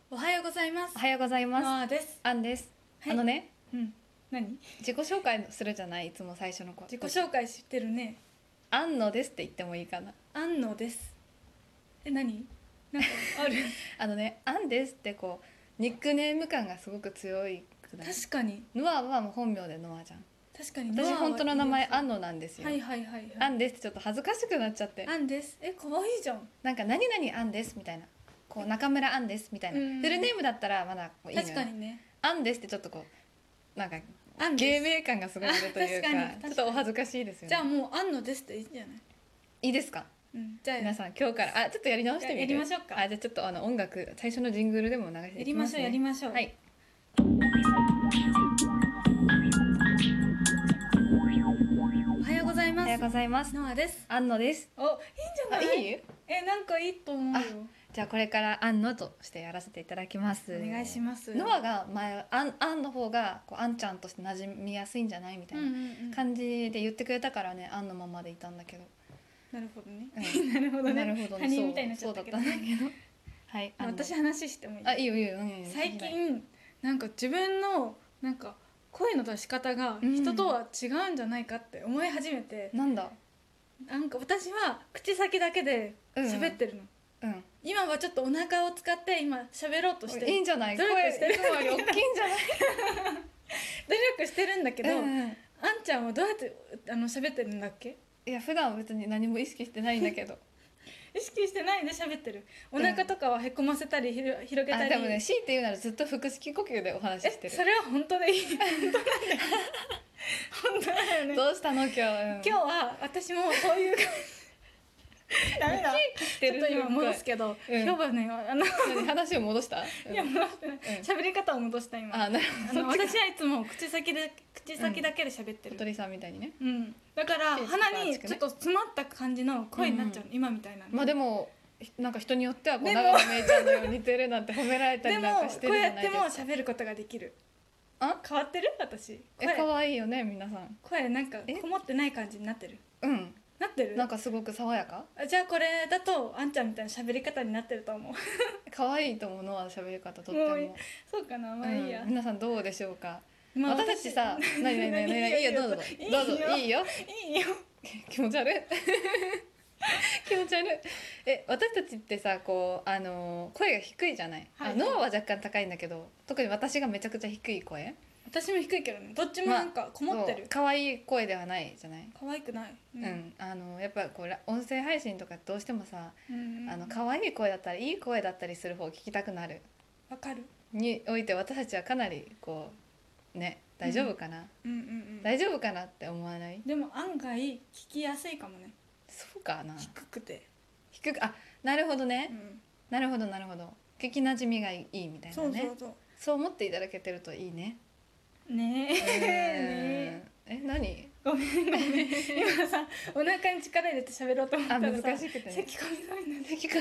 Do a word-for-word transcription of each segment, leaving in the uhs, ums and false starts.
おはようございます。 おはようございます。 ノアです。 アンです、 はい、 あのね、 うん、何？ 自己紹介するじゃない、いつも最初の子。 自己紹介してるね。 アンのですって言ってもいいかな。 アンノです。え、何？なんかある？ あのね、アンですってこうニックネーム感がすごく強いくない？ 確かに。 ノアはもう本名でノアじゃん。 確かに。 私本当の名前アンノノなんですよ。 はいはいはいはい。 アンですってちょっと恥ずかしくなっちゃって。 アンです。え、可愛いじゃん。 なんか何々アンですみたいな。こう中村アンですみたいな。フルネームだったらまだいいのよ。 確かにね。 アンですってちょっとこうなんかアン芸名感がすごい出るというか、 確かに確かにちょっとお恥ずかしいですよね。 じゃあもうアンノですっていいんじゃない？ いいですか？ うん、じゃあ皆さん今日からあちょっとやり直してみる。 やりましょうか。 あじゃあちょっとあの音楽最初のジングルでも流していきますね。 やりましょうやりましょう。 はい。 おはようございます。 おはようございます。 ノアです。 アンノです。 お、いいんじゃない？ あいい？ え、なんかいいと思うよ。 じゃあこれからアンノとしてやらせていただきます。 お願いします。 ノアが前アンアンの方がこうアンちゃんとして馴染みやすいんじゃないみたいな感じで言ってくれたからね、アンのままでいたんだけど。 なるほどね。 うん、 なるほどね。 なるほどね。 他人みたいになっちゃったけど。 そうだったんだけど。はい。 私話してもいい？ あいいよいいよ。うん、 最近なんか自分のなんか声の出し方が人とは違うんじゃないかって思い始めて、 うん、なんだ。 なんか私は口先だけで喋ってるの。うんうん、今はちょっとお腹を使って今喋ろうとしていいんじゃない？ 努力してる。 声いつもより大きいんじゃない？ 努力してるんだけど、 うんうん、 あんちゃんはどうやってあの喋ってるんだっけ？ いや普段は別に何も意識してないんだけど意識してないで喋ってる。お腹とかはへこませたり、うん、広げたり。 あでもね、強いて言うならずっと腹式呼吸でお話ししてる。 えそれは本当でいい？本当なんだよ。本当だよね。 どうしたの今日、うん、 今日は私もそういうダメだ。ちょっと今戻すけど、うん、今日はねあの話を戻した？ いや戻してない。喋、うん、り方を戻した今。 あなるほど。 私はいつも口先で口先だけで喋ってる。 小鳥さんみたいにね。 うん。だから鼻にちょっと詰まった感じの声になっちゃう、うん、今みたいな。 まあでもなんか人によってはこう長野めいちゃんのように似てるなんて褒められたりなんかしてるじゃないですか。 でもこうやっても喋ることができる。あ変わってる？私。 え可愛いよね皆さん。 声なんかこもってない感じになってる。 うん。 なってる？ なんかすごく爽やか。 あじゃあこれだとあんちゃんみたいな喋り方になってると思う。 可愛いと思うのは喋り方とっても。 そうかな、まあいいや。 うん、皆さんどうでしょうか。 まあ、 私たちさ、なになになになにいいよどうぞどうぞいいよいいよ。 気持ち悪い。気持ち悪い。え私たちってさこうあの声が低いじゃない。はいはい、あノアは若干高いんだけど特に私がめちゃくちゃ低い声。 私も低いけどね。どっちもなんかこもってる。 可愛い声ではないじゃない。 可愛くない。 うん、うん、あのやっぱこう音声配信とかどうしてもさ、うんうん、あの可愛い声だったりいい声だったりする方を聞きたくなる。 わかる。 において私たちはかなりこうね大丈夫かな、 うんうんうんうん、 大丈夫かなって思わない？ でも案外聞きやすいかもね。 そうかな。 低くて低くあなるほどね、 うん、 なるほどなるほど。聞きなじみがいいみたいなね。 そうそうそう。 そう思っていただけてるといいね。 ねええ何？ ごめんごめん。今さお腹に力入れて喋ろうと思ったらさ難しくてね。 咳込みそうになって。 咳込みそう。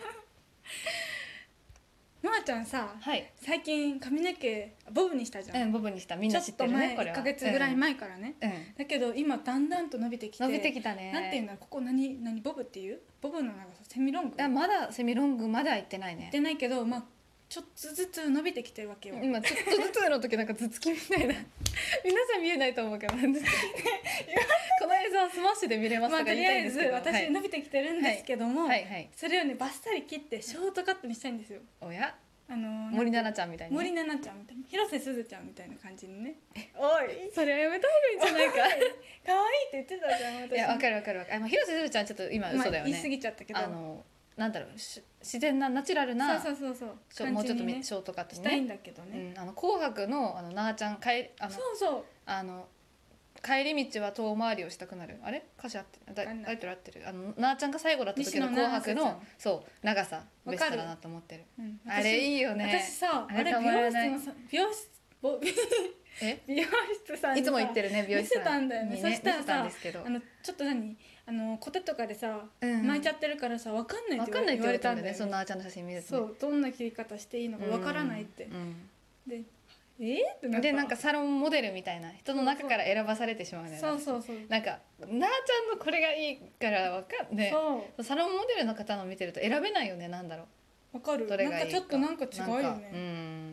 ノアちゃんさ、 はい、 最近髪の毛ボブにしたじゃん。 うん、ボブにした。みんな知ってるね。 これはちょっと前いっかげつぐらい前からね、 うん、 だけど今だんだんと伸びてきて。 伸びてきたね。 なんていうんだろう、ここ何何ボブっていう？ボブの長さセミロング？ あまだセミロングまでは行ってないね。 行ってないけどまあちょっとずつ伸びてきてるわけよ。 今ちょっとずつの時なんか頭突きみたいな皆さん見えないと思うけどこの映像はスマッシュで見れますとか言いたいんですけど、 まあ、とりあえず私伸びてきてるんですけども、 はいはいはい、 それをねバッサリ切ってショートカットにしたいんですよ。 おやあのー、 森七菜ちゃんみたいに、ね、 森七菜ちゃんみたいな広瀬すずちゃんみたいな感じにね。おいそれはやめた方がいいんじゃないか。 可愛いって言ってたじゃん私。 いやわかるわかるわかる。あ、まあ、広瀬すずちゃんちょっと今嘘だよね、 まあ、言い過ぎちゃったけど、あのなんだろう自然なナチュラルなそうそうそうそう、 もうちょっとショートカットに、ね、 したいんだけどね、 うん、あの紅白のあのなあちゃんかえあのそうそうあの帰り道は遠回りをしたくなるあれ歌詞合ってる合ってる合ってるあのなあちゃんが最後だった時の紅白のそう長さベストだなと思ってる、うん、あれいいよね。 私さあれ美容室のさ美容室え美容室さんにいつも言ってるね美容室さん見せたんだよね。そしたらさあのちょっと何あのコテとかでさ、うん、巻いちゃってるからさ分かんないって言われたんだよね。 そんなあちゃんの写真見ると、 そうどんな切り方していいのか分からないって、うんうん、でえー、ってなった。 でなんかサロンモデルみたいな人の中から選ばされてしまうね。 そうそうそう、 なんかなあちゃんのこれがいいから分かんね。そうサロンモデルの方の見てると選べないよね。なんだろうわかる。 どれがいいか。 なんかちょっとなんか違うよね。 うん、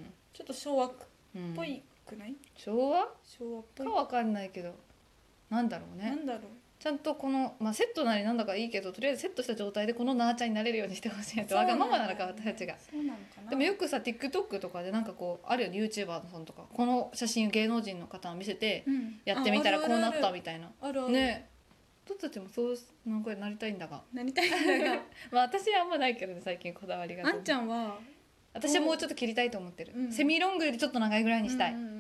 ちょっと昭和っぽいくない？ 昭和昭和っぽいかわかんないけど、なんだろうね。 なんだろう。 ちゃんとこの、まあ、セットなりなんだかいいけど、とりあえずセットした状態でこのなーちゃんになれるようにしてほしいってわがままなのか私たちが。 そうなのかな。 でもよくさ TikTok とかでなんかこうあるよね、 YouTuber さんとかこの写真芸能人の方を見せてやってみたらこうなったみたいな、 あるあるね。私たちもそうなんかなりたいんだが、 なりたいんだがまあ私はあんまないけどね、最近こだわりが。 あんちゃんは私はもうちょっと切りたいと思ってる、 うん、 セミロングよりちょっと長いぐらいにしたい、 うんうんうん、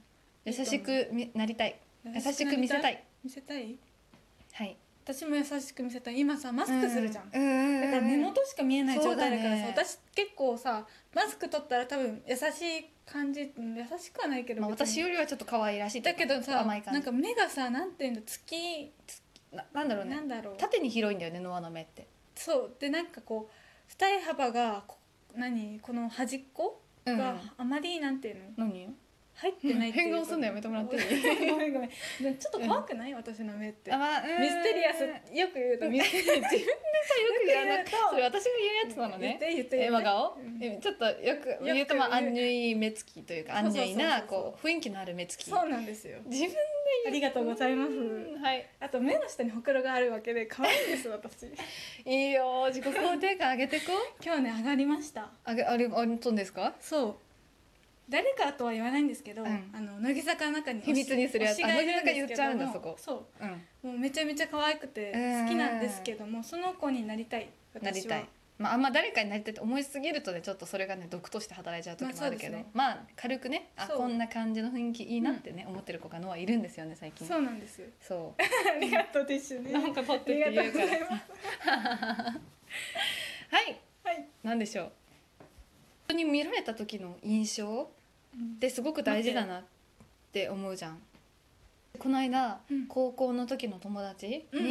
優しくみなりたい、優しく見せたい見せたい。 はい、 私も優しく見せたい。今さマスクするじゃん、 うん、 だから目元しか見えない状態だからさ、 ね、 私結構さマスク取ったら多分優しい感じ、優しくはないけど、 まあ、私よりはちょっと可愛らしいだけどさ、 甘い感じ、 なんか目がさ、なんていうの、月な, なんだろうね、 なんだろう、 縦に広いんだよね、ノアの目って。 そうで、なんかこう二重幅がこ何この端っこがあまりなんていうの、 何入ってないっていう変顔すんのやめてもらっていい？ ごめんごめん、ちょっと怖くない、うん、私の目って、 あ、まあ、 ミステリアス、よく言うとミステリアス、自分でさよく言わなくて、それ私が言うやつなのね。 言って言って言って、 笑顔、 うん、 ちょっとよく言うと、まあアンニュイ目つきというか、アンニュイなこう雰囲気のある目つき。 そうなんですよ。 自分でありがとうございます。 はい。 あと目の下にほくろがあるわけで可愛いんです私。 いいよ、自己肯定感上げてこう。 今日ね上がりました。 あげあれあれとんですか？ そう。誰かとは言わないんですけど、 うん、 あの乃木坂の中に秘密にするやつ、あ、乃木坂言っちゃうんだそこ。 そう、 うん、 もうめちゃめちゃ可愛くて好きなんですけども、その子になりたい。私はなりたい。まあ、あんま誰かになりたいって思いすぎるとね、ちょっとそれがね毒として働いちゃう時もあるけど、まあ、ね、まあ軽くね、あ、こんな感じの雰囲気いいなってね、うん、思ってる子がのはいるんですよね最近。 そうなんです。 そうありがとうティッシュね。 なんか取ってって言うからはい、はい、なんでしょう、人に見られた時の印象ってすごく大事だなって思うじゃん。この間、うん、高校の時の友達に、うん、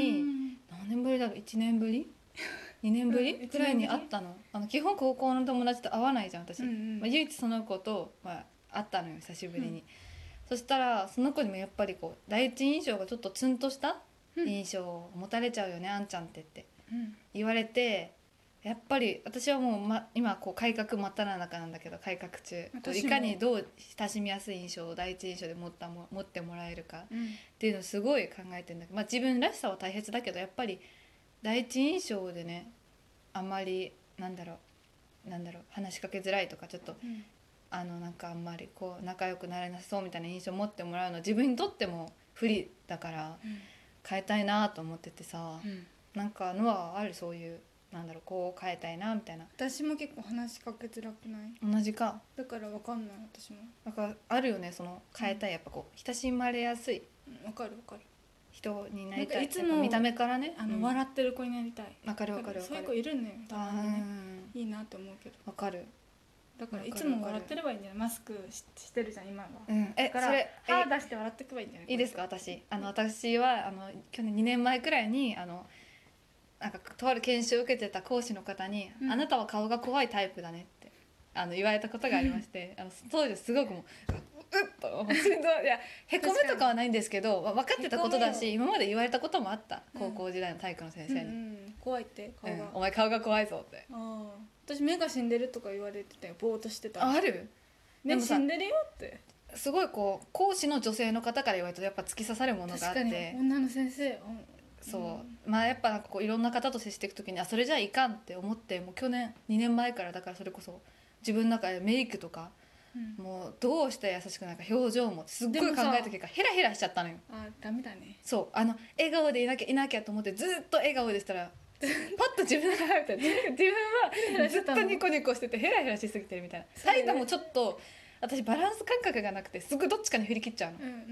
何年ぶりだろう、いちねんぶりにねんぶりくらいに会ったの。あの基本高校の友達と会わないじゃん私、うんうん、まあ、唯一その子と、まあ、会ったのよ久しぶりに、うん、そしたらその子にもやっぱりこう第一印象がちょっとツンとした印象を持たれちゃうよね、うん、あんちゃんってって言われて、やっぱり私はもう、ま、今こう改革真っ只中なんだけど、改革中いかにどう親しみやすい印象を第一印象で持ったも持ってもらえるかっていうのをすごい考えてるんだけど、まあ、自分らしさは大切だけどやっぱり第一印象でね、あんまりなんだろうなんだろう話しかけづらいとか、ちょっと、うん、あのなんかあんまりこう仲良くなれなさそうみたいな印象を持ってもらうのは自分にとっても不利だから、うん、変えたいなと思っててさ、うん、なんかのはある、そういうなんだろう、こう変えたいなみたいな。 私も結構話しかけづらくない？ 同じか。 だから分かんない私も。 なんかあるよね、その変えたい、やっぱこう親しまれやすい、 うん、分かる分かる人になりたい。 いつも見た目からね、 あの、うん、笑ってる子になりたい。 分かる分かる分かる。 そういう子いるんだよたまにね、いいなって思うけど。 分かる。 だからいつも笑ってればいいんじゃない？マスク し, してるじゃん今は、 うん、えだからそれ歯出して笑ってけばいいんじゃない？ いいですか？私あの私はあの去年にねんまえくらいにあのなんかとある研修を受けてた講師の方に、うん、あなたは顔が怖いタイプだねってあの言われたことがありましてあの当時すごくもううっと心臓いやへこむとかはないんですけど分かってたことだし今まで言われたこともあった、うん、高校時代の体育の先生に、うんうん、 怖いって顔が、うん、 お前顔が怖いぞって。 あ私目が死んでるとか言われてたよ、ぼーっとしてた。 ある？ 目死んでるよってすごいこう講師の女性の方から言われるとやっぱ突き刺さるものがあって、確かに女の先生、うん、 そう、うん、まあやっぱなんかこういろんな方と接していくときにあそれじゃいかんって思って、もう去年にねんまえからだからそれこそ自分の中でメイクとか、うん、もうどうして優しくないか表情もすっごい考えた結果ヘラヘラしちゃったのよ。 あダメだね。 そうあの笑顔でいなきゃいなきゃと思ってずっと笑顔でしたらパッと自分が見たら自分はずっとニコニコしててヘラヘラしすぎてるみたいな。態度もちょっと私バランス感覚がなくてすぐどっちかに振り切っちゃうの、うんうんうん、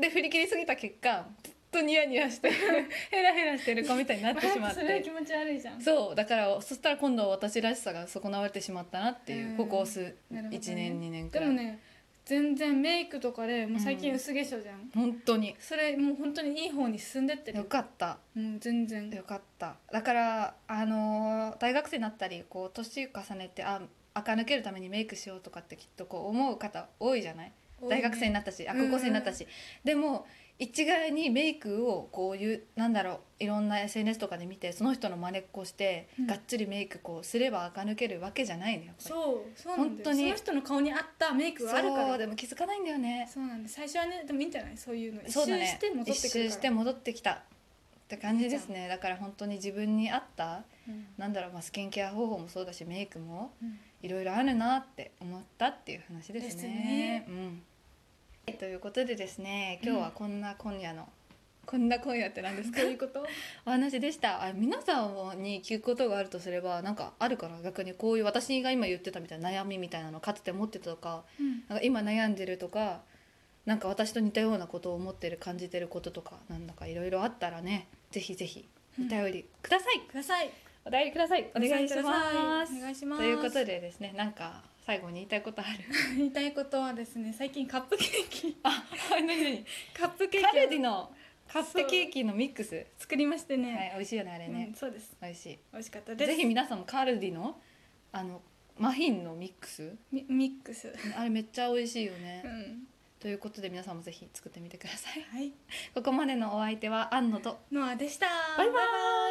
で振り切りすぎた結果ずっとニヤニヤしてヘラヘラしてる子みたいになってしまってそれは気持ち悪いじゃん。 そうだからそしたら今度は私らしさが損なわれてしまったなっていう、ここ数いちねんにねんくらい。 でもね全然メイクとかでもう最近薄化粧じゃん、うん、 本当にそれもう本当にいい方に進んでってる。 よかった、 うん、全然よかった。だからあのー、大学生になったりこう年重ねてあ垢抜けるためにメイクしようとかってきっとこう思う方多いじゃない。 大学生になったし、あ高校生になったし、でも一概にメイクをこういうなんだろういろんな エスエヌエス とかで見てその人の真似っこして、うん、がっつりメイクこうすれば垢抜けるわけじゃないのよ。 そうそうなんだよ。本当にその人の顔に合ったメイクがあるから。 そうでも気づかないんだよね。 そうなんで最初はねでもいいんじゃないそういうの一周して戻ってくるから。一周して戻ってきたって感じですね。だから本当に自分に合った、うん、なんだろう、まあ、スキンケア方法もそうだしメイクもいろいろあるなって思ったっていう話ですね。ですね、うんということでですね今日はこんな今夜の、うん、こんな今夜って何ですか？ どういうことお話でした。あ皆さんに聞くことがあるとすればなんかあるから逆にこういう私が今言ってたみたいな悩みみたいなのかつて持ってたとか、うん、なんか今悩んでるとかなんか私と似たようなことを思ってる感じてることとかなんだかいろいろあったらねぜひぜひお便りください、 うん、くださいお便りくださいお願いします。 お願いします。 ということでですねなんか最後に言いたいことある言いたいことはですね最近カップケーキあ何何カップケーキカルディのカップケーキのミックス作りましてね、 はい、美味しいよねあれね、 うん、そうです美味しい美味しかったです。 ぜひ皆さんもカルディのあのマフィンのミックスミ, ミックスあれめっちゃ美味しいよね、 うん、 ということで皆さんもぜひ作ってみてください、 はい、 ここまでのお相手はアンノとノアでした。 バイバイ。